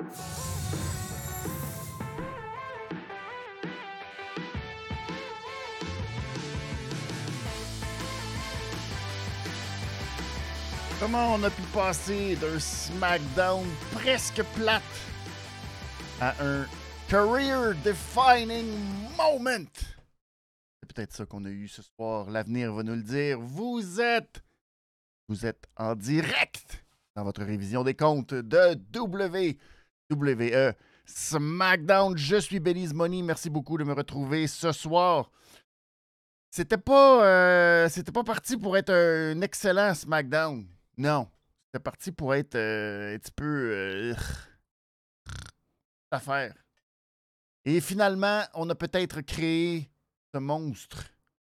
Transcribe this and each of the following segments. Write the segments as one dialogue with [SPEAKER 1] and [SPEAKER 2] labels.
[SPEAKER 1] Comment on a pu passer d'un SmackDown presque plate à un career-defining moment? C'est peut-être ça qu'on a eu ce soir. L'avenir va nous le dire. Vous êtes en direct dans votre révision des comptes de WWE SmackDown. Je suis Belize Money. Merci beaucoup de me retrouver ce soir. C'était pas parti pour être un excellent SmackDown. Non. C'était parti pour être un petit peu affaire. Et finalement, on a peut-être créé ce monstre.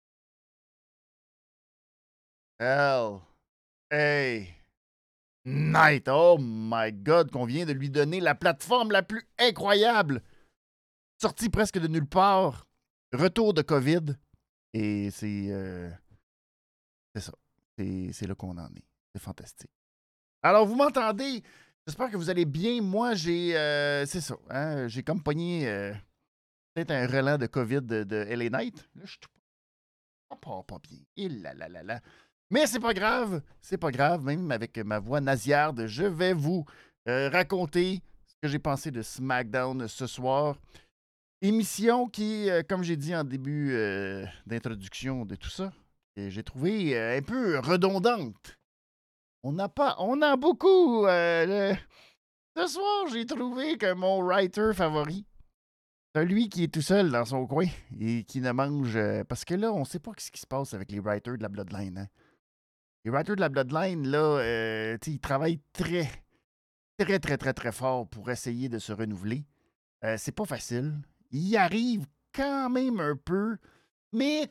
[SPEAKER 1] L.A. Knight. Oh my God, qu'on vient de lui donner la plateforme la plus incroyable. Sorti presque de nulle part. Retour de COVID. Et c'est ça. C'est là qu'on en est. C'est fantastique. Alors, vous m'entendez? J'espère que vous allez bien. Moi, c'est ça. Hein? J'ai comme pogné peut-être un relent de COVID de LA Knight. Là, je suis pas bien. Là. Mais c'est pas grave. C'est pas grave. Même avec ma voix nasillarde, je vais vous raconter ce que j'ai pensé de SmackDown ce soir. Émission qui, comme j'ai dit en début d'introduction de tout ça, j'ai trouvé un peu redondante. On a beaucoup. Ce soir, j'ai trouvé que mon writer favori, c'est lui qui est tout seul dans son coin et qui ne mange. Parce que là, on ne sait pas ce qui se passe avec les writers de la Bloodline. Hein. Les writers de la Bloodline, là, ils travaillent très, très, très, très, très fort pour essayer de se renouveler. C'est pas facile. Ils y arrivent quand même un peu, mais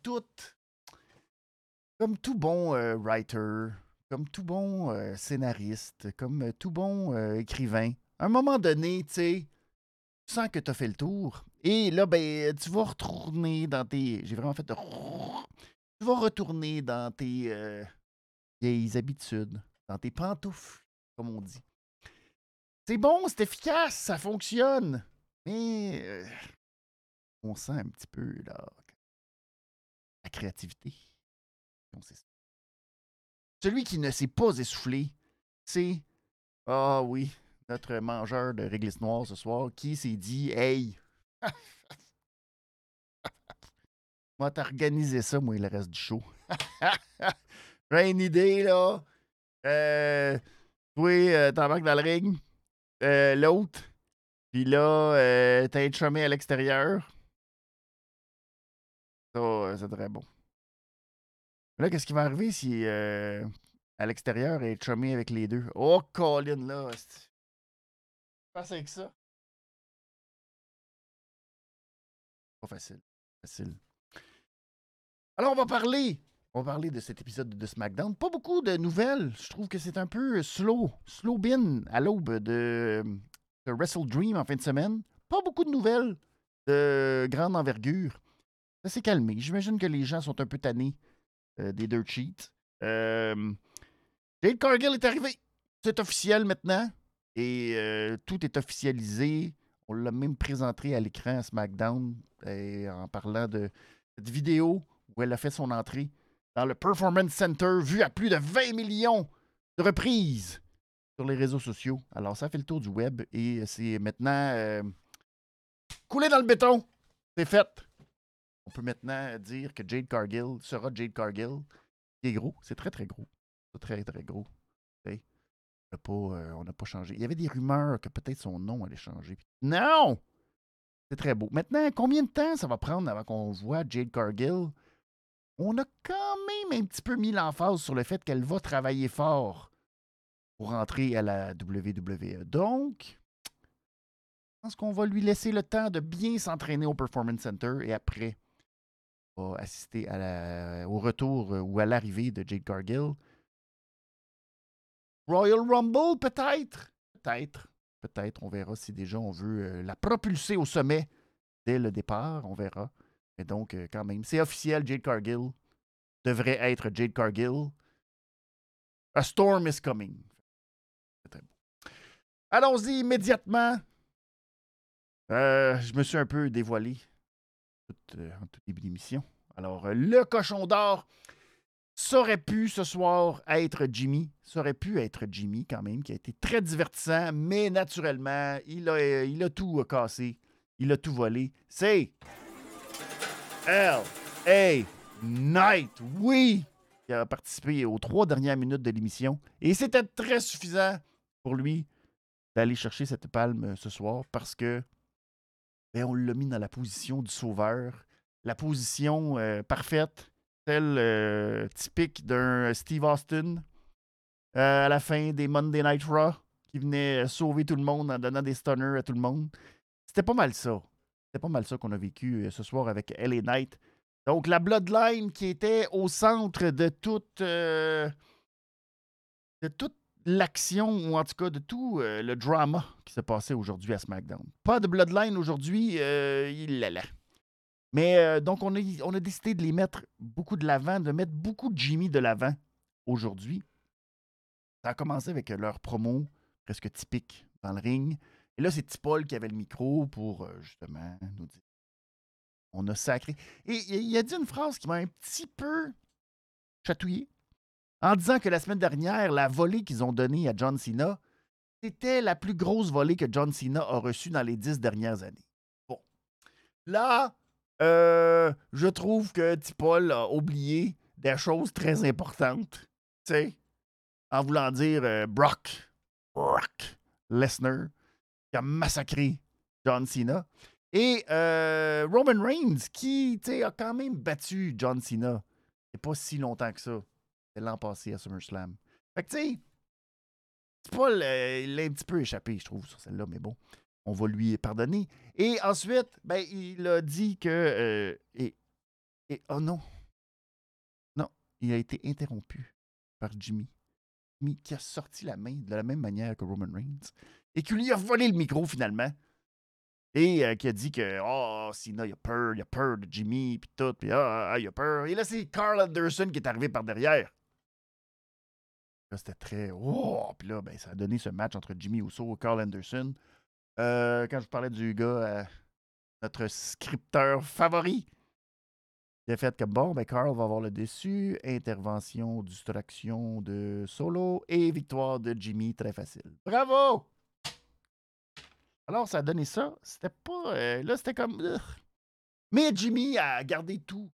[SPEAKER 1] comme tout bon writer, comme tout bon scénariste, comme tout bon écrivain, à un moment donné, tu sens que tu as fait le tour. Et là, ben, tu vas retourner dans tes. J'ai vraiment fait de. Tu vas retourner dans tes vieilles habitudes, dans tes pantoufles, comme on dit. C'est bon, c'est efficace, ça fonctionne. Mais on sent un petit peu là, la créativité. On sait ça. Celui qui ne s'est pas essoufflé, c'est. Ah oui, notre mangeur de réglisse noire ce soir, qui s'est dit hey, moi, t'as organisé ça, moi, le reste du show. J'ai une idée, là. Toi, t'embarques dans le ring. L'autre. Puis là, t'as été chômé à l'extérieur. Ça, c'est très bon. Là, qu'est-ce qui va arriver si à l'extérieur, elle est chômé avec les deux? Oh, Colin, là. Passe avec ça. Pas facile. Facile. Alors, on va parler de cet épisode de SmackDown. Pas beaucoup de nouvelles. Je trouve que c'est un peu slow bin à l'aube de Wrestle Dream en fin de semaine. Pas beaucoup de nouvelles de grande envergure. Ça s'est calmé. J'imagine que les gens sont un peu tannés des dirt sheets. Jade Cargill est arrivé. C'est officiel maintenant. Et tout est officialisé. On l'a même présenté à l'écran à SmackDown en parlant de cette vidéo où elle a fait son entrée dans le Performance Center, vu à plus de 20 millions de reprises sur les réseaux sociaux. Alors, ça fait le tour du web et c'est maintenant coulé dans le béton. C'est fait. On peut maintenant dire que Jade Cargill sera Jade Cargill. C'est gros. C'est très, très gros. C'est très, très gros. On n'a pas changé. Il y avait des rumeurs que peut-être son nom allait changer. Non! C'est très beau. Maintenant, combien de temps ça va prendre avant qu'on voit Jade Cargill? On a quand même un petit peu mis l'emphase sur le fait qu'elle va travailler fort pour entrer à la WWE. Donc, je pense qu'on va lui laisser le temps de bien s'entraîner au Performance Center et après, on va assister au retour ou à l'arrivée de Jade Cargill. Royal Rumble, peut-être? Peut-être. Peut-être. On verra si déjà on veut la propulser au sommet dès le départ. On verra. Mais donc, quand même, c'est officiel. Jade Cargill devrait être Jade Cargill. A storm is coming. C'est très beau. Allons-y immédiatement. Je me suis un peu dévoilé en tout début d'émission. Alors, le cochon d'or, ça aurait pu ce soir être Jimmy. Ça aurait pu être Jimmy quand même, qui a été très divertissant, mais naturellement, il a tout cassé. Il a tout volé. C'est L.A. Knight, oui, qui a participé aux 3 dernières minutes de l'émission. Et c'était très suffisant pour lui d'aller chercher cette palme ce soir parce que on l'a mis dans la position du sauveur, la position parfaite, celle typique d'un Steve Austin à la fin des Monday Night Raw qui venait sauver tout le monde en donnant des stunners à tout le monde. C'était pas mal ça. C'était pas mal ça qu'on a vécu ce soir avec LA Knight. Donc, la Bloodline qui était au centre de toute l'action, ou en tout cas de tout le drama qui se passait aujourd'hui à SmackDown. Pas de Bloodline aujourd'hui, il l'allait. Mais donc, on a décidé de les mettre beaucoup de l'avant, de mettre beaucoup de Jimmy de l'avant aujourd'hui. Ça a commencé avec leur promo presque typique dans le ring. Et là, c'est T-Paul qui avait le micro pour justement nous dire on a sacré. Et il a dit une phrase qui m'a un petit peu chatouillé en disant que la semaine dernière, la volée qu'ils ont donnée à John Cena, c'était la plus grosse volée que John Cena a reçue dans les 10 dernières années. Bon. Là, je trouve que T-Paul a oublié des choses très importantes. Tu sais, en voulant dire Brock Lesnar, qui a massacré John Cena. Et Roman Reigns, qui a quand même battu John Cena. C'est pas si longtemps que ça. C'est l'an passé à SummerSlam. Fait que tu sais, Paul, il a un petit peu échappé, je trouve, sur celle-là, mais bon, on va lui pardonner. Et ensuite, ben, il a dit que. Oh non, non, il a été interrompu par Jimmy. Jimmy qui a sorti la main de la même manière que Roman Reigns et qui lui a volé le micro finalement. Et qui a dit que, Cena, il a peur de Jimmy, puis tout, puis il a peur. Et là, c'est Carl Anderson qui est arrivé par derrière. Là, c'était très, puis là, ben, ça a donné ce match entre Jimmy Uso et Carl Anderson. Quand je vous parlais du gars, notre scripteur favori, il a fait comme, bon, ben, Carl va avoir le dessus, intervention, distraction de Solo et victoire de Jimmy, très facile. Bravo! Alors, ça a donné ça. C'était pas, là, c'était comme, mais Jimmy a gardé tout,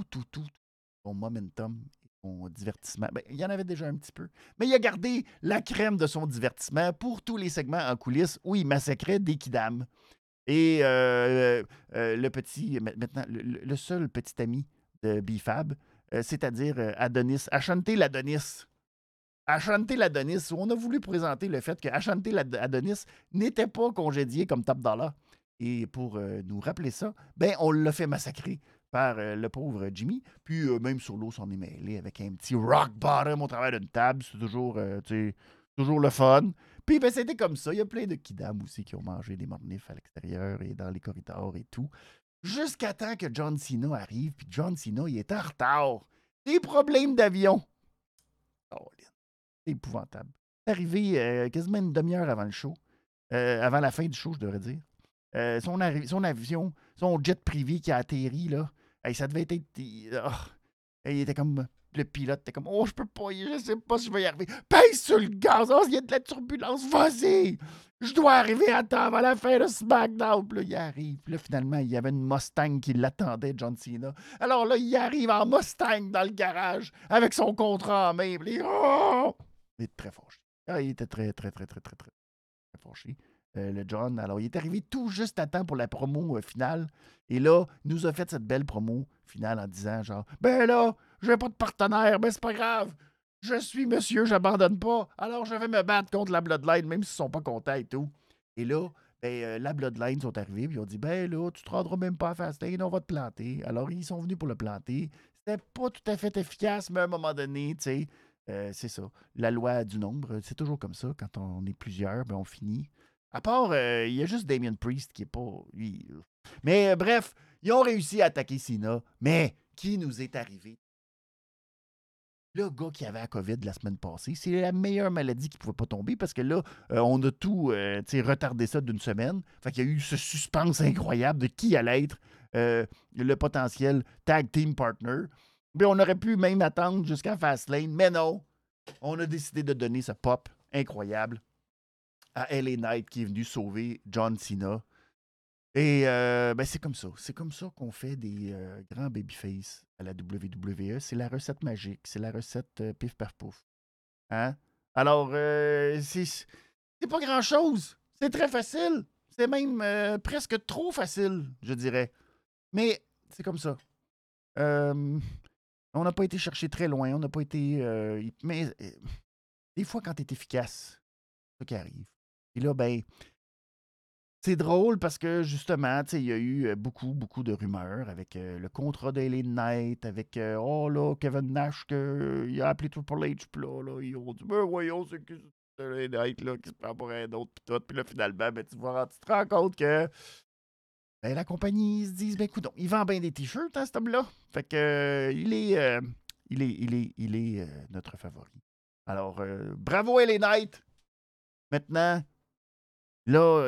[SPEAKER 1] son momentum et son divertissement. Ben, il y en avait déjà un petit peu, mais il a gardé la crème de son divertissement pour tous les segments en coulisses où il massacrait des kidams. Et le petit, maintenant, le seul petit ami de B-Fab, c'est-à-dire Adonis, Ashante l'Adonis. Ashante l'Adonis, où on a voulu présenter le fait que Ashante l'Adonis n'était pas congédié comme Top Dollar. Et pour nous rappeler ça, ben on l'a fait massacrer par le pauvre Jimmy. Puis même Solo s'en est mêlé avec un petit rock bottom au travers d'une table. C'est toujours, toujours le fun. Puis ben, c'était comme ça. Il y a plein de kidams aussi qui ont mangé des mornifs à l'extérieur et dans les corridors et tout. Jusqu'à temps que John Cena arrive. Puis John Cena, il est en retard. Des problèmes d'avion. Oh, c'est épouvantable. C'est arrivé quasiment une demi-heure avant le show. Avant la fin du show, je devrais dire. Son avion, son jet privé qui a atterri, là, ça devait être. Il était comme. Le pilote était comme, je peux pas, je sais pas si je vais y arriver. Pèse sur le gaz, il y a de la turbulence, vas-y! Je dois arriver à temps avant la fin de SmackDown. Puis là, il arrive. Puis là, finalement, il y avait une Mustang qui l'attendait, John Cena. Alors là, il arrive en Mustang dans le garage avec son contrat en main. Puis il était très fâché. Il était très, très, très, très, très, très, très fâché. Le John. Alors, il est arrivé tout juste à temps pour la promo finale. Et là, il nous a fait cette belle promo finale en disant genre, ben là, j'ai pas de partenaire, mais c'est pas grave. Je suis monsieur, j'abandonne pas. Alors, je vais me battre contre la Bloodline, même s'ils sont pas contents et tout. Et là, ben, la Bloodline sont arrivés, puis ils ont dit, ben là, tu te rendras même pas à Fastlane, on va te planter. Alors, ils sont venus pour le planter. C'était pas tout à fait efficace, mais à un moment donné, tu sais, c'est ça. La loi du nombre, c'est toujours comme ça. Quand on est plusieurs, ben, on finit. À part, il y a juste Damien Priest qui est pas. Mais bref, ils ont réussi à attaquer Cena. Mais qui nous est arrivé Le gars qui avait la COVID la semaine passée, c'est la meilleure maladie qui ne pouvait pas tomber parce que là, on a tout retardé ça d'une semaine. Fait qu'il y a eu ce suspense incroyable de qui allait être le potentiel tag team partner. Mais on aurait pu même attendre jusqu'à Fastlane, mais non. On a décidé de donner ce pop incroyable à LA Knight qui est venu sauver John Cena. Et ben c'est comme ça. C'est comme ça qu'on fait des grands babyface à la WWE. C'est la recette magique. C'est la recette pif paf pouf. Hein? Alors, c'est pas grand-chose. C'est très facile. C'est même presque trop facile, je dirais. Mais c'est comme ça. On n'a pas été chercher très loin. On n'a pas été... mais des fois, quand tu es efficace, c'est ça qui arrive. Et là, ben, c'est drôle parce que justement, il y a eu beaucoup, beaucoup de rumeurs avec le contrat d'Alien Knight, avec oh là, Kevin Nash, il a appelé Triple H, puis là, ils ont dit ben voyons, c'est que c'est Alien Knight là, qui se prend pour un autre, puis tout. Puis là, finalement, ben, tu te rends compte que ben, la compagnie, ils se disent ben écoute, il vend bien des t-shirts, hein, cet homme-là. Fait que il est notre favori. Alors, bravo Alien Knight! Maintenant, là,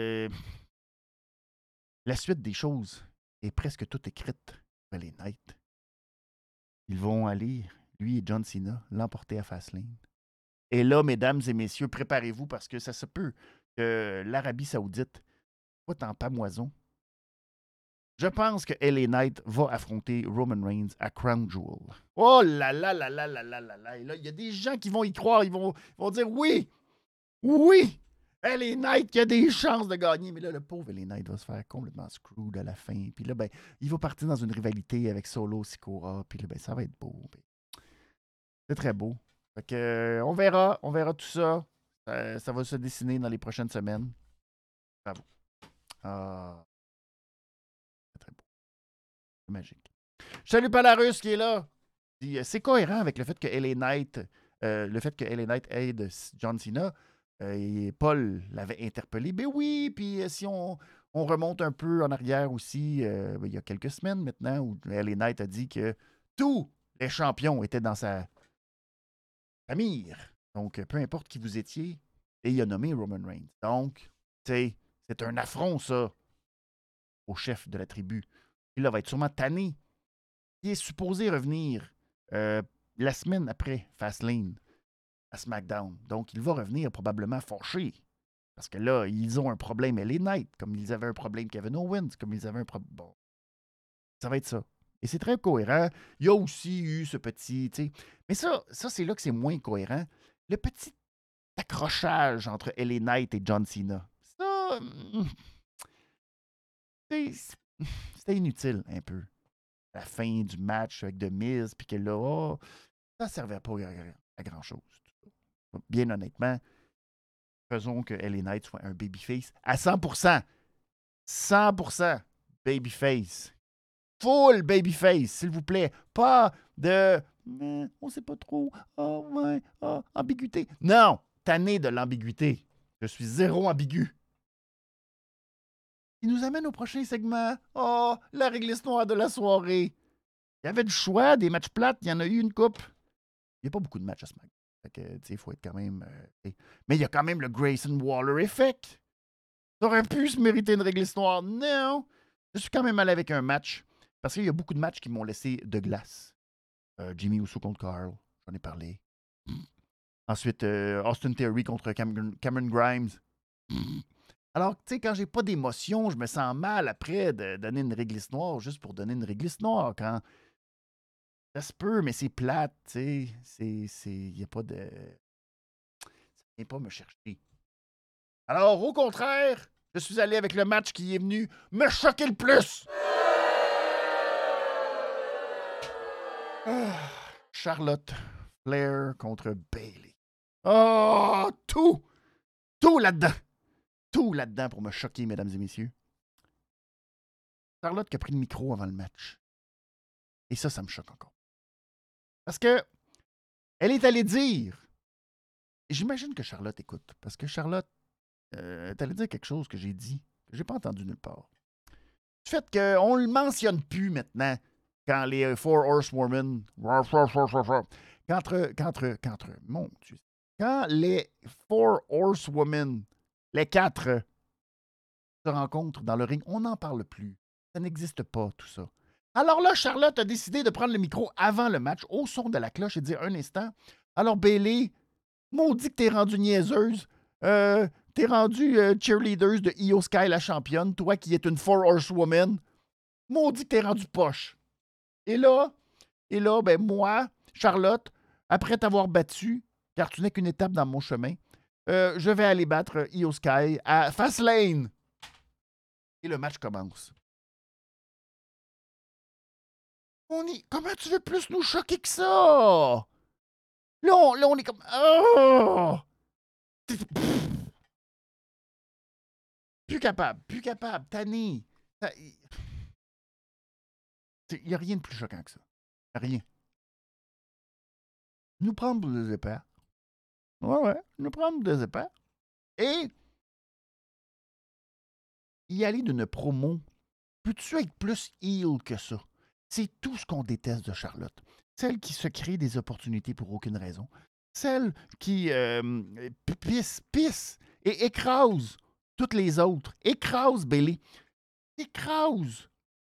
[SPEAKER 1] la suite des choses est presque toute écrite pour les Knights. Ils vont aller, lui et John Cena, l'emporter à Fastlane. Et là, mesdames et messieurs, préparez-vous parce que ça se peut que l'Arabie Saoudite soit en pamoison. Je pense que LA Knight va affronter Roman Reigns à Crown Jewel. Oh là là là là là là là là. Et là, il y a des gens qui vont y croire. Ils vont dire oui, oui, LA Knight qui a des chances de gagner. Mais là, le pauvre LA Knight va se faire complètement screwed à la fin. Puis là, ben, il va partir dans une rivalité avec Solo Sikoa. Puis là, ben, ça va être beau. C'est très beau. Fait que, on verra tout ça. Ça va se dessiner dans les prochaines semaines. Bravo. Ah, c'est très beau. C'est magique. Je salue Palarus qui est là. C'est cohérent avec le fait que LA Knight, aide John Cena. Et Paul l'avait interpellé. Ben oui, puis si on remonte un peu en arrière aussi, il y a quelques semaines maintenant, où LA Knight a dit que tous les champions étaient dans sa famille. Donc, peu importe qui vous étiez, et il a nommé Roman Reigns. Donc, c'est un affront, ça, au chef de la tribu. Il va être sûrement tanné. Il est supposé revenir la semaine après Fastlane à SmackDown. Donc, il va revenir probablement fâché. Parce que là, ils ont un problème LA Knight, comme ils avaient un problème Kevin Owens, comme ils avaient un problème... Bon, ça va être ça. Et c'est très cohérent. Il y a aussi eu ce petit... Mais ça c'est là que c'est moins cohérent. Le petit accrochage entre LA Knight et John Cena. Ça... C'était inutile, un peu. La fin du match avec The Miz, puis que là, ça ne servait pas à grand-chose. Bien honnêtement, faisons que LA Knight soit un babyface à 100%. 100% babyface. Full babyface, s'il vous plaît. Pas de on sait pas trop. Oh ouais, ambiguïté. Non, tanné de l'ambiguïté. Je suis zéro ambigu. Il nous amène au prochain segment. Oh, la réglisse noire de la soirée. Il y avait du choix, des matchs plates, il y en a eu une coupe. Il n'y a pas beaucoup de matchs à SmackDown. Fait que, il faut être quand même. Mais il y a quand même le Grayson Waller effect. Ça aurait pu se mériter une réglisse noire. Non. Je suis quand même allé avec un match. Parce qu'il y a beaucoup de matchs qui m'ont laissé de glace. Jimmy Uso contre Carl. J'en ai parlé. Ensuite, Austin Theory contre Cameron Grimes. Alors, tu sais, quand j'ai pas d'émotion, je me sens mal après de donner une réglisse noire juste pour donner une réglisse noire. Quand ça se peut, mais c'est plate, tu sais. Il n'y a pas de. Ça vient pas me chercher. Alors, au contraire, je suis allé avec le match qui est venu me choquer le plus. Charlotte Flair contre Bayley. Oh, tout là-dedans. Tout là-dedans pour me choquer, mesdames et messieurs. Charlotte qui a pris le micro avant le match. Et ça me choque encore. Parce que elle est allée dire, et j'imagine que Charlotte écoute, parce que Charlotte est allée dire quelque chose que j'ai dit, que j'ai pas entendu nulle part. Du fait qu'on le mentionne plus maintenant, quand les Four Horsewomen, mon Dieu, quand les Four Horsewomen, les 4, se rencontrent dans le ring, on n'en parle plus. Ça n'existe pas, tout ça. Alors là, Charlotte a décidé de prendre le micro avant le match, au son de la cloche, et de dire un instant. Alors, Bayley, maudit que t'es rendu niaiseuse. T'es rendu cheerleaders de Io Sky, la championne, toi qui es une Four Horsewoman. Maudit que t'es rendu poche. Et là, ben moi, Charlotte, après t'avoir battu, car tu n'es qu'une étape dans mon chemin, je vais aller battre Io Sky à Fastlane. Et le match commence. Comment tu veux plus nous choquer que ça? Là, on est comme... Oh! Plus capable, tanné. Il n'y a rien de plus choquant que ça. Rien. Nous prendre pour des épais. Ouais, nous prendre pour des épais. Et y aller d'une promo, peux-tu être plus heel que ça? C'est tout ce qu'on déteste de Charlotte. Celle qui se crée des opportunités pour aucune raison. Celle qui pisse et écrase toutes les autres. Écrase Bayley. Écrase.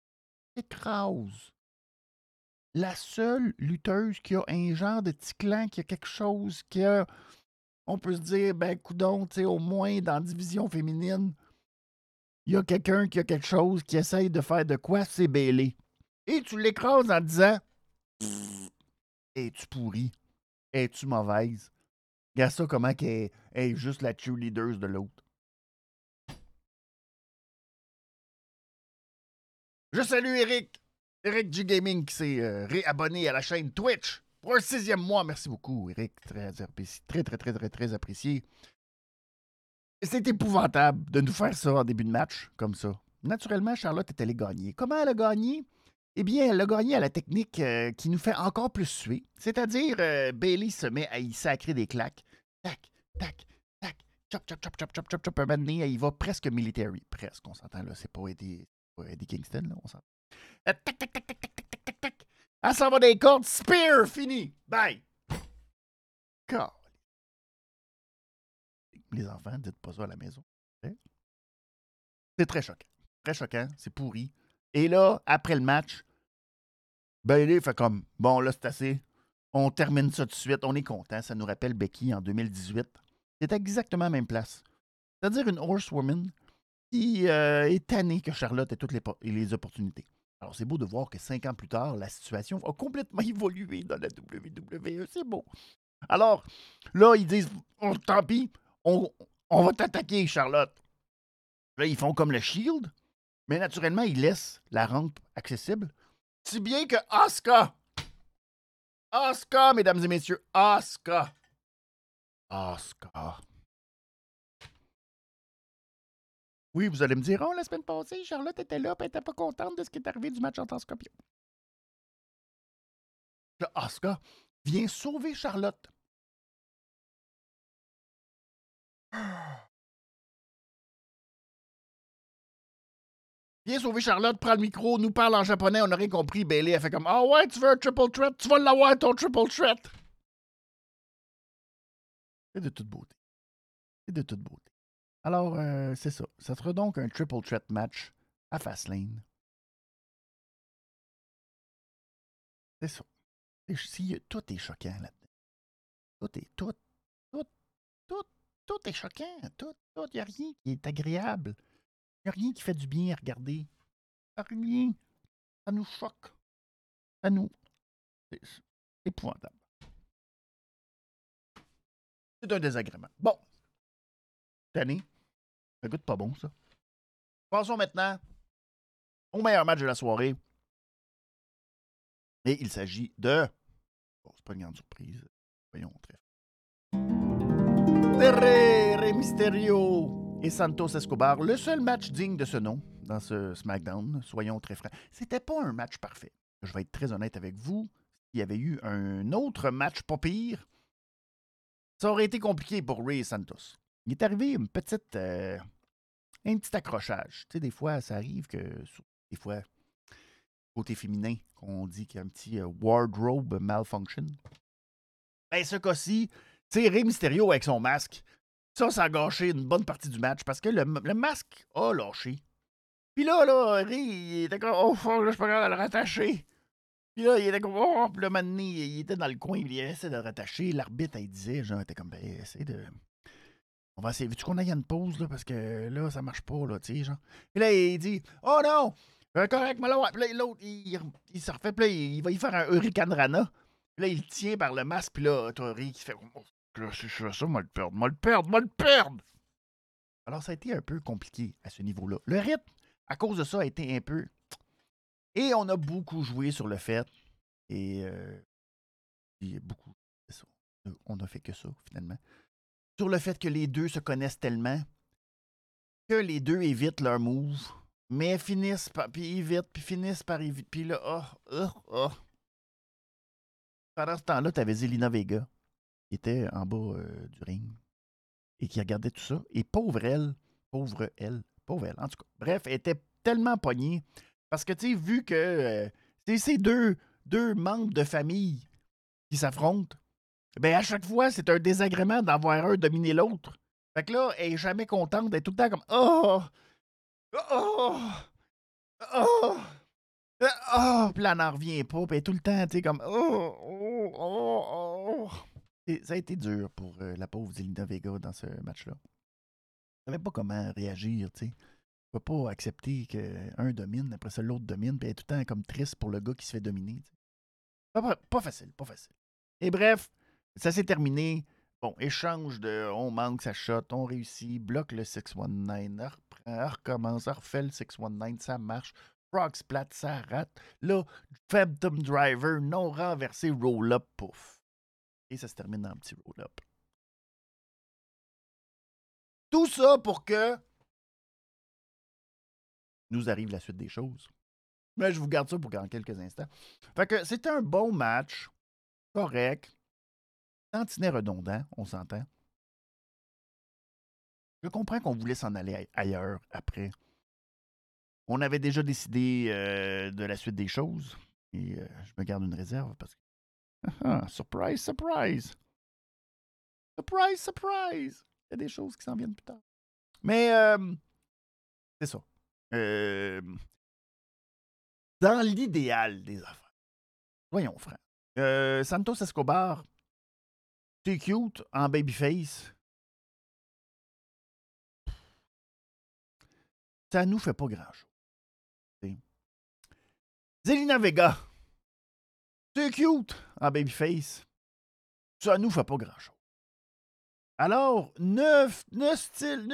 [SPEAKER 1] La seule lutteuse qui a un genre de petit clan, qui a quelque chose, qui a... On peut se dire, ben, coudonc, tu sais, au moins dans la division féminine, il y a quelqu'un qui a quelque chose, qui essaye de faire de quoi, c'est Bayley. Et tu l'écrases en disant, es-tu pourri? Es-tu mauvaise? Regarde ça, comment qu'elle est juste la cheerleader de l'autre. Je salue Eric. Eric G Gaming qui s'est réabonné à la chaîne Twitch pour un 6e mois. Merci beaucoup, Eric. Très apprécié. Très apprécié. C'est épouvantable de nous faire ça en début de match, comme ça. Naturellement, Charlotte est allée gagner. Comment elle a gagné? Eh bien, elle a gagné à la technique qui nous fait encore plus suer. C'est-à-dire, Bayley se met à y sacrer des claques. Tac, tac, tac. Chop, chop, chop, chop, chop, chop, chop. Un moment donné, il va presque military. Presque, on s'entend là. C'est pas Eddie Kingston, là, on s'entend. Tac, tac, tac, tac, tac, tac, tac, tac. Elle s'en va des cordes. Spear, fini. Bye. God. Les enfants, dites pas ça à la maison. C'est très choquant. Très choquant. C'est pourri. Et là, après le match, Bayley fait comme, bon, là, c'est assez. On termine ça tout de suite. On est content. Ça nous rappelle Becky en 2018. C'est exactement la même place. C'est-à-dire une horsewoman qui est tannée que Charlotte ait toutes les opportunités. Alors, c'est beau de voir que 5 ans plus tard, la situation a complètement évolué dans la WWE. C'est beau. Alors, là, ils disent, oh, tant pis, on va t'attaquer, Charlotte. Là, ils font comme le Shield, mais naturellement, ils laissent la rampe accessible. Si bien que Asuka, mesdames et messieurs, Asuka. Oui, vous allez me dire, oh, la semaine passée, Charlotte était là, et elle n'était pas contente de ce qui est arrivé du match entre Scorpion. Là, Asuka vient sauver Charlotte. Viens sauver Charlotte, prends le micro, nous parle en japonais, on n'a rien compris. Bayley a fait comme, ah ouais, tu veux un triple threat? Tu vas l'avoir, ton triple threat. C'est de toute beauté. Alors, c'est ça. Ça sera donc un triple threat match à Fastlane. C'est ça. Tout est choquant là-dedans. Tout est choquant. Il n'y a rien qui est agréable. Il n'y a rien qui fait du bien à regarder. Il n'y a rien. Ça nous choque. C'est épouvantable. C'est un désagrément. Bon. Cette année, ça goûte pas bon, ça. Passons maintenant au meilleur match de la soirée. Et il s'agit de... Bon, c'est pas une grande surprise. Voyons, très. Rey Mysterio et Santos Escobar. Le seul match digne de ce nom dans ce SmackDown, soyons très francs. C'était pas un match parfait. Je vais être très honnête avec vous. S'il y avait eu un autre match pas pire, ça aurait été compliqué pour Rey et Santos. Il est arrivé un petit accrochage. Tu sais, des fois, ça arrive que, des fois, côté féminin, qu'on dit qu'il y a un petit wardrobe malfunction. Ben, ce cas-ci, tu sais, Rey Mysterio avec son masque, ça a gâché une bonne partie du match parce que le masque a lâché. Puis là, Rey, il était comme, oh, fuck, là, je suis pas capable de le rattacher. Puis là, il était comme, oh, puis là, maintenant, il était dans le coin, il essaie de le rattacher. L'arbitre, elle disait, genre, il était comme, ben, essaye de. On va essayer. Veux-tu qu'on aille à une pause, là, parce que là, ça marche pas, là, tu sais, genre. Puis là, il dit, oh non, correct, mais là, puis là, l'autre, il se refait, puis là, il va y faire un Hurricane Rana. Puis là, il le tient par le masque, puis là, t'as Rey qui fait, oh, là, si je fais ça, moi le perdre, moi le perdre, moi le perdre. Alors, ça a été un peu compliqué à ce niveau-là. Le rythme, à cause de ça, a été un peu. Et on a beaucoup joué sur le fait, et beaucoup, c'est ça. On a fait que ça, finalement. Sur le fait que les deux se connaissent tellement que les deux évitent leur move, mais finissent par. Puis évitent, puis finissent par éviter. Puis là, Pendant ce temps-là, t'avais Zelina Vega, qui était en bas du ring, et qui regardait tout ça. Et pauvre elle, en tout cas. Bref, elle était tellement pognée. Parce que, tu sais, vu que c'est ces deux membres de famille qui s'affrontent, ben à chaque fois, c'est un désagrément d'avoir un dominer l'autre. Fait que là, elle est jamais contente d'être tout le temps comme oh! Oh! Oh! Oh! Puis là, elle n'en revient pas. Puis elle est tout le temps, tu sais, comme oh! Oh! Oh! Oh! Ça a été dur pour la pauvre Zelina Vega dans ce match-là. Elle savait pas comment réagir, tu sais. Elle peut pas accepter qu'un domine, après ça, l'autre domine, puis elle est tout le temps comme triste pour le gars qui se fait dominer. T'sais. Pas facile, pas facile. Et bref, ça s'est terminé. Bon, échange de on manque sa shot, on réussit, bloque le 619, reprend, recommence, refait le 619, ça marche. Frog Splat, ça rate. Là, Phantom Driver, non renversé, roll-up, pouf. Et ça se termine dans un petit roll-up. Tout ça pour que nous arrive la suite des choses. Mais je vous garde ça pour dans quelques instants. Fait que c'était un bon match, correct, tantinet redondant, on s'entend. Je comprends qu'on voulait s'en aller ailleurs après. On avait déjà décidé de la suite des choses. Et je me garde une réserve parce que. Surprise, surprise! Surprise, surprise! Il y a des choses qui s'en viennent plus tard. Mais c'est ça. Dans l'idéal des affaires. Voyons, frère. Santos Escobar, c'est cute en babyface. Ça nous fait pas grand-chose. Zelina Vega, c'est cute en babyface. Ça nous fait pas grand-chose. Alors, neuf styles.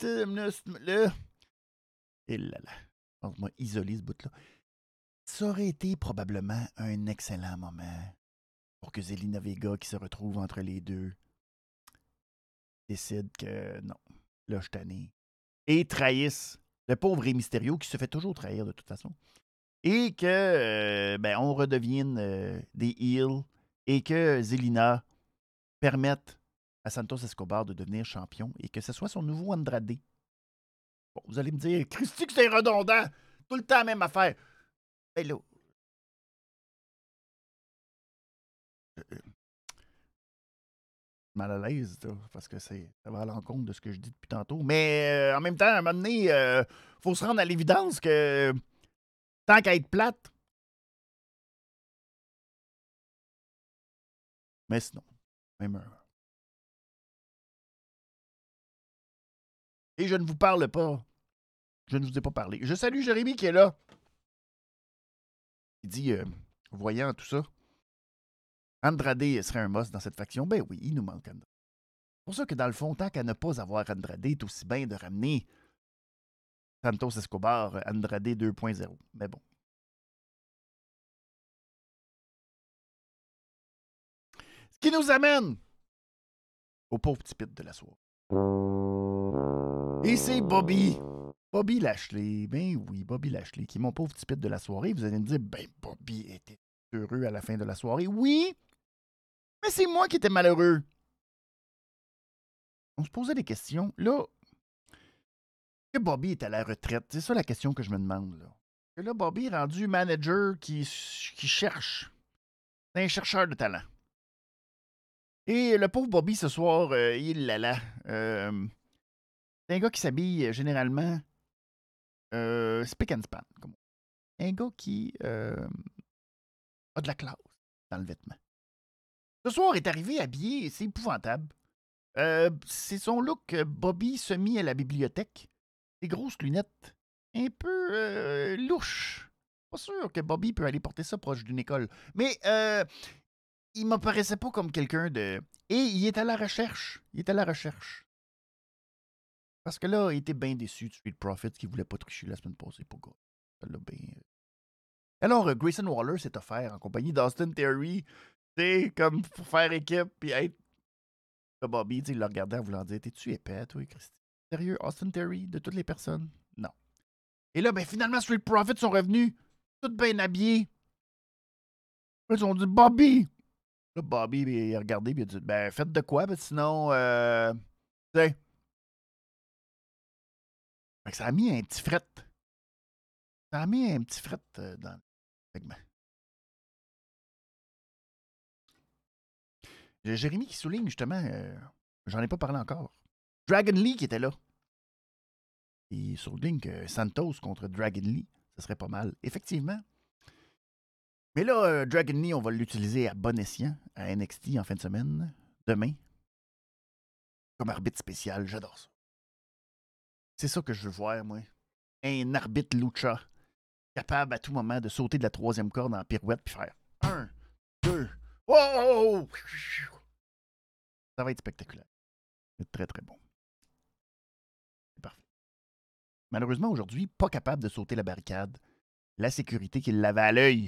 [SPEAKER 1] Et là là. On m'a isolé ce bout-là. Ça aurait été probablement un excellent moment pour que Zelina Vega, qui se retrouve entre les deux, décide que non, là, je suis tanné. Et trahisse le pauvre Rey Mysterio, qui se fait toujours trahir de toute façon. Et que, ben, on redevienne des heels et que Zelina permette à Santos Escobar de devenir champion et que ce soit son nouveau Andrade. Bon, vous allez me dire, Christy, que c'est redondant. Tout le temps la même affaire. Ben là. Mal à l'aise, là, parce que ça va à l'encontre de ce que je dis depuis tantôt. Mais en même temps, à un moment donné, faut se rendre à l'évidence que tant qu'à être plate, mais sinon, même Et je ne vous parle pas. Je ne vous ai pas parlé. Je salue Jérémy qui est là. Il dit, voyant tout ça, Andrade serait un must dans cette faction. Ben oui, il nous manque Andrade. C'est pour ça que dans le fond, tant qu'à ne pas avoir Andrade, est aussi bien de ramener Santos Escobar, Andrade 2.0. Mais bon. Ce qui nous amène au pauvre petit pit de la soirée. Et c'est Bobby. Bobby Lashley. Ben oui, Bobby Lashley, qui est mon pauvre petit pit de la soirée. Vous allez me dire, ben Bobby était heureux à la fin de la soirée. Oui, mais c'est moi qui étais malheureux. On se posait des questions. Là, que Bobby est à la retraite? C'est ça la question que je me demande. Là, que là Bobby est rendu manager qui cherche. C'est un chercheur de talent. Et le pauvre Bobby, ce soir, il là là. C'est un gars qui s'habille généralement spick and span. Comme un gars qui a de la classe dans le vêtement. Ce soir est arrivé habillé, c'est épouvantable. C'est son look Bobby semi à la bibliothèque. Des grosses lunettes, un peu louches. Pas sûr que Bobby peut aller porter ça proche d'une école. Mais il m'apparaissait pas comme quelqu'un de... Et il est à la recherche. Il est à la recherche. Parce que là, il était bien déçu de Street Profits qui voulait pas tricher la semaine passée. Pas grave. Ça l'a bien... Alors, Grayson Waller s'est offert en compagnie d'Austin Theory, tu sais, comme pour faire équipe, puis être... Là, Bobby, tu sais, il le regardait en voulant dire, t'es-tu épais, toi, Christy? Sérieux, Austin Theory, de toutes les personnes? Non. Et là, ben, finalement, Street Profits sont revenus, tout bien habillés. Ils ont dit, Bobby! Là, Bobby, il a regardé, puis il a dit, ben, faites de quoi, ben, sinon, tu sais. Fait que ça a mis un petit fret. Ça a mis un petit fret dans le segment. Jérémy qui souligne justement, j'en ai pas parlé encore. Dragon Lee qui était là. Il souligne que Santos contre Dragon Lee, ce serait pas mal. Effectivement. Mais là, Dragon Lee, on va l'utiliser à bon escient à NXT en fin de semaine, demain, comme arbitre spécial. J'adore ça. C'est ça que je veux voir, moi. Un arbitre lucha capable à tout moment de sauter de la troisième corde en pirouette puis faire 1, 2, wow! Ça va être spectaculaire. C'est très, très bon. C'est parfait. Malheureusement, aujourd'hui, pas capable de sauter la barricade. La sécurité qui l'avait à l'œil.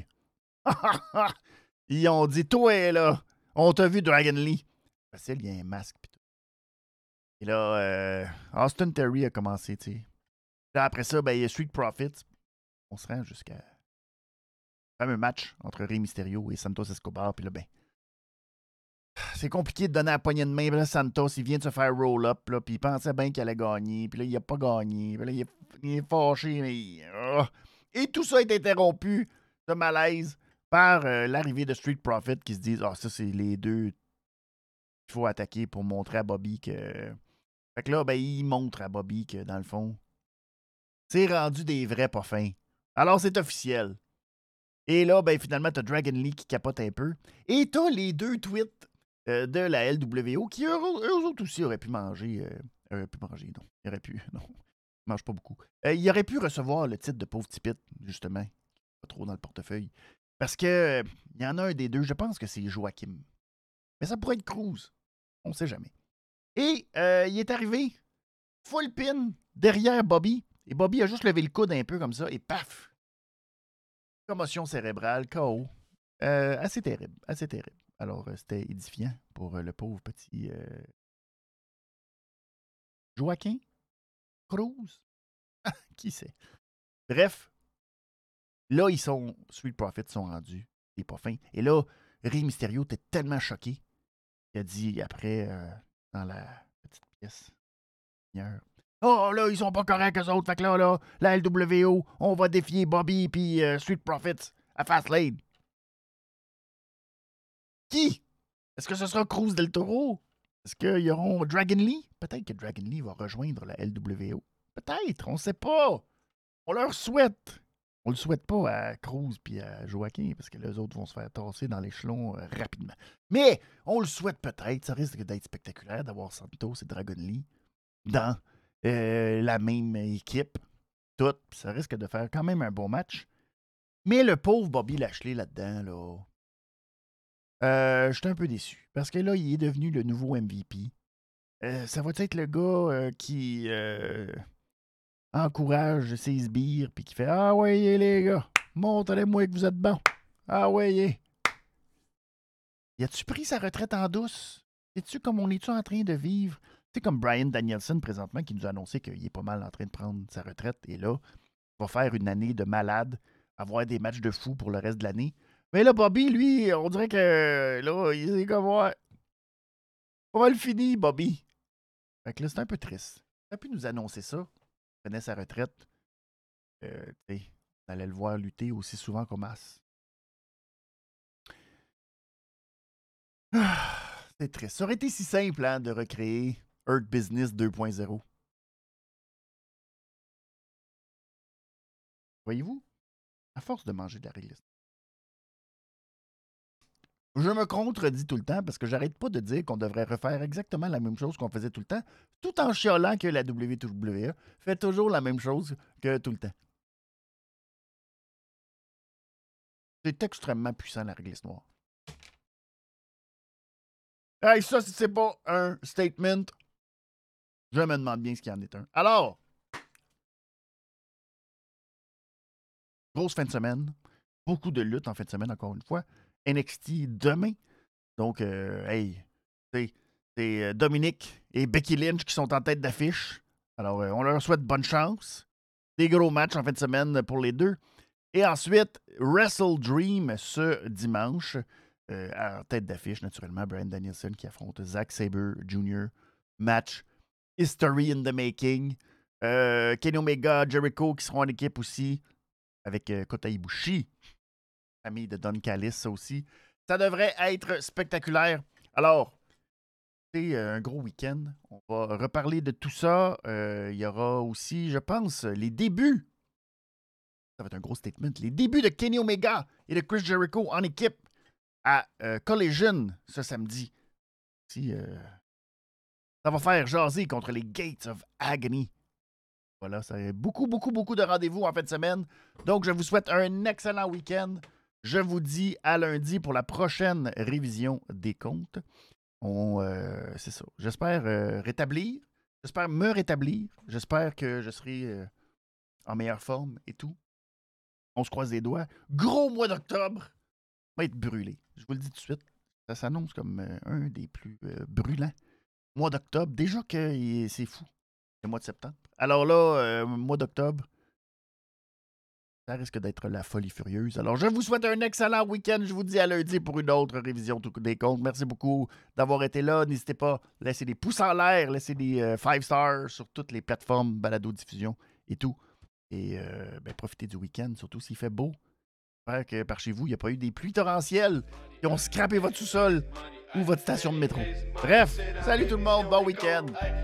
[SPEAKER 1] Ils ont dit, toi, là, on t'a vu, Dragon Lee. Facile, il y a un masque. Pis tout. Et là, Austin Theory a commencé, tu sais. Là, après ça, ben, il y a Street Profits. On se rend jusqu'à le fameux match entre Rey Mysterio et Santos Escobar. Puis là, ben, c'est compliqué de donner la poignée de main. Puis là, Santos, il vient de se faire roll-up. Puis il pensait bien qu'il allait gagner. Puis là, il n'a pas gagné. Puis là, il est fâché. Et tout ça est interrompu, ce malaise, par l'arrivée de Street Profits qui se disent, ah, ça, c'est les deux qu'il faut attaquer pour montrer à Bobby que. Fait que là, ben, il montre à Bobby que, dans le fond, c'est rendu des vrais pas fins. Alors, c'est officiel. Et là, ben, finalement, t'as Dragon Lee qui capote un peu. Et t'as les deux tweets de la LWO qui, eux autres aussi, auraient pu manger. Non. Ils auraient pu. Non. Ils mangent pas beaucoup. Ils auraient pu recevoir le titre de pauvre tipite, justement. Pas trop dans le portefeuille. Parce que il y en a un des deux, je pense que c'est Joachim. Mais ça pourrait être Cruz. On sait jamais. Et il est arrivé full pin derrière Bobby. Et Bobby a juste levé le coude un peu comme ça. Et paf! Commotion cérébrale, KO. Assez terrible. Assez terrible. Alors, c'était édifiant pour le pauvre petit Joaquin Cruz. Qui sait? Bref, là, Street Profits sont rendus. Les pas fins. Et là, Rey Mysterio était tellement choqué qu'il a dit après, dans la petite pièce, oh là, ils sont pas corrects eux autres. Fait que là, la LWO, on va défier Bobby puis Street Profits à Fastlane. Qui? Est-ce que ce sera Cruz del Toro? Est-ce qu'ils y auront Dragon Lee? Peut-être que Dragon Lee va rejoindre la LWO. Peut-être, on ne sait pas. On leur souhaite. On le souhaite pas à Cruz puis à Joaquin parce que les autres vont se faire tasser dans l'échelon rapidement. Mais on le souhaite peut-être. Ça risque d'être spectaculaire d'avoir Santos et Dragon Lee dans la même équipe. Tout. Ça risque de faire quand même un bon match. Mais le pauvre Bobby Lashley là-dedans, là. J'étais un peu déçu. Parce que là, il est devenu le nouveau MVP. Ça va être le gars qui encourage ses sbires puis qui fait ah ouais, les gars, montrez-moi que vous êtes bons. Ah ouais. Y a-tu pris sa retraite en douce? Es-tu comme on est-tu en train de vivre? C'est comme Brian Danielson présentement qui nous a annoncé qu'il est pas mal en train de prendre sa retraite et là, il va faire une année de malade, avoir des matchs de fou pour le reste de l'année. Mais là, Bobby, lui, on dirait que là, il est comme ouais. On va le finir, Bobby. Fait que là, c'est un peu triste. Il aurait pu nous annoncer ça. Il prenait sa retraite. On allait le voir lutter aussi souvent qu'au Mas. C'est triste. Ça aurait été si simple hein, de recréer Hurt Business 2.0. Voyez-vous, à force de manger de la réglisse. Je me contredis tout le temps parce que j'arrête pas de dire qu'on devrait refaire exactement la même chose qu'on faisait tout le temps, tout en chialant que la WWE fait toujours la même chose que tout le temps. C'est extrêmement puissant, la réglisse noire. Hey, ça, si c'est pas un statement, je me demande bien ce qu'il y en est un. Alors, grosse fin de semaine, beaucoup de luttes en fin de semaine, encore une fois. NXT demain. Donc, hey, c'est Dominic et Becky Lynch qui sont en tête d'affiche. Alors, on leur souhaite bonne chance. Des gros matchs en fin de semaine pour les deux. Et ensuite, Wrestle Dream ce dimanche. En tête d'affiche, naturellement, Bryan Danielson qui affronte Zack Sabre Jr. Match History in the Making. Kenny Omega, Jericho qui seront en équipe aussi. Avec Kota Ibushi. Famille de Don Callis, ça aussi. Ça devrait être spectaculaire. Alors, c'est un gros week-end. On va reparler de tout ça. Il y aura aussi, je pense, les débuts. Ça va être un gros statement. Les débuts de Kenny Omega et de Chris Jericho en équipe à Collision ce samedi. Ça va faire jaser contre les Gates of Agony. Voilà, ça a beaucoup de rendez-vous en fin de semaine. Donc, je vous souhaite un excellent week-end. Je vous dis à lundi pour la prochaine révision des comptes. C'est ça. J'espère rétablir. J'espère me rétablir. J'espère que je serai en meilleure forme et tout. On se croise les doigts. Gros mois d'octobre. Va être brûlé. Je vous le dis tout de suite. Ça s'annonce comme un des plus brûlants. Mois d'octobre. Déjà que c'est fou. Le mois de septembre. Alors là, mois d'octobre, ça risque d'être la folie furieuse. Alors, je vous souhaite un excellent week-end. Je vous dis à lundi pour une autre révision des comptes. Merci beaucoup d'avoir été là. N'hésitez pas à laisser des pouces en l'air, laisser des 5 stars sur toutes les plateformes, balado-diffusion et tout. Et profitez du week-end, surtout s'il fait beau. J'espère que par chez vous, il n'y a pas eu des pluies torrentielles qui ont scrappé votre sous-sol ou votre station de métro. Bref, salut tout le monde, bon week-end.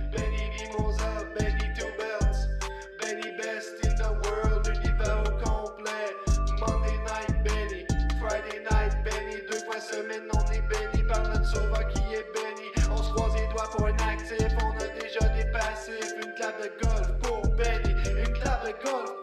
[SPEAKER 2] Semaine, on est béni par notre sauveur qui est béni. On se croise les doigts pour un actif, on a déjà des passifs. Une clave de golf pour Benny, une clave de golf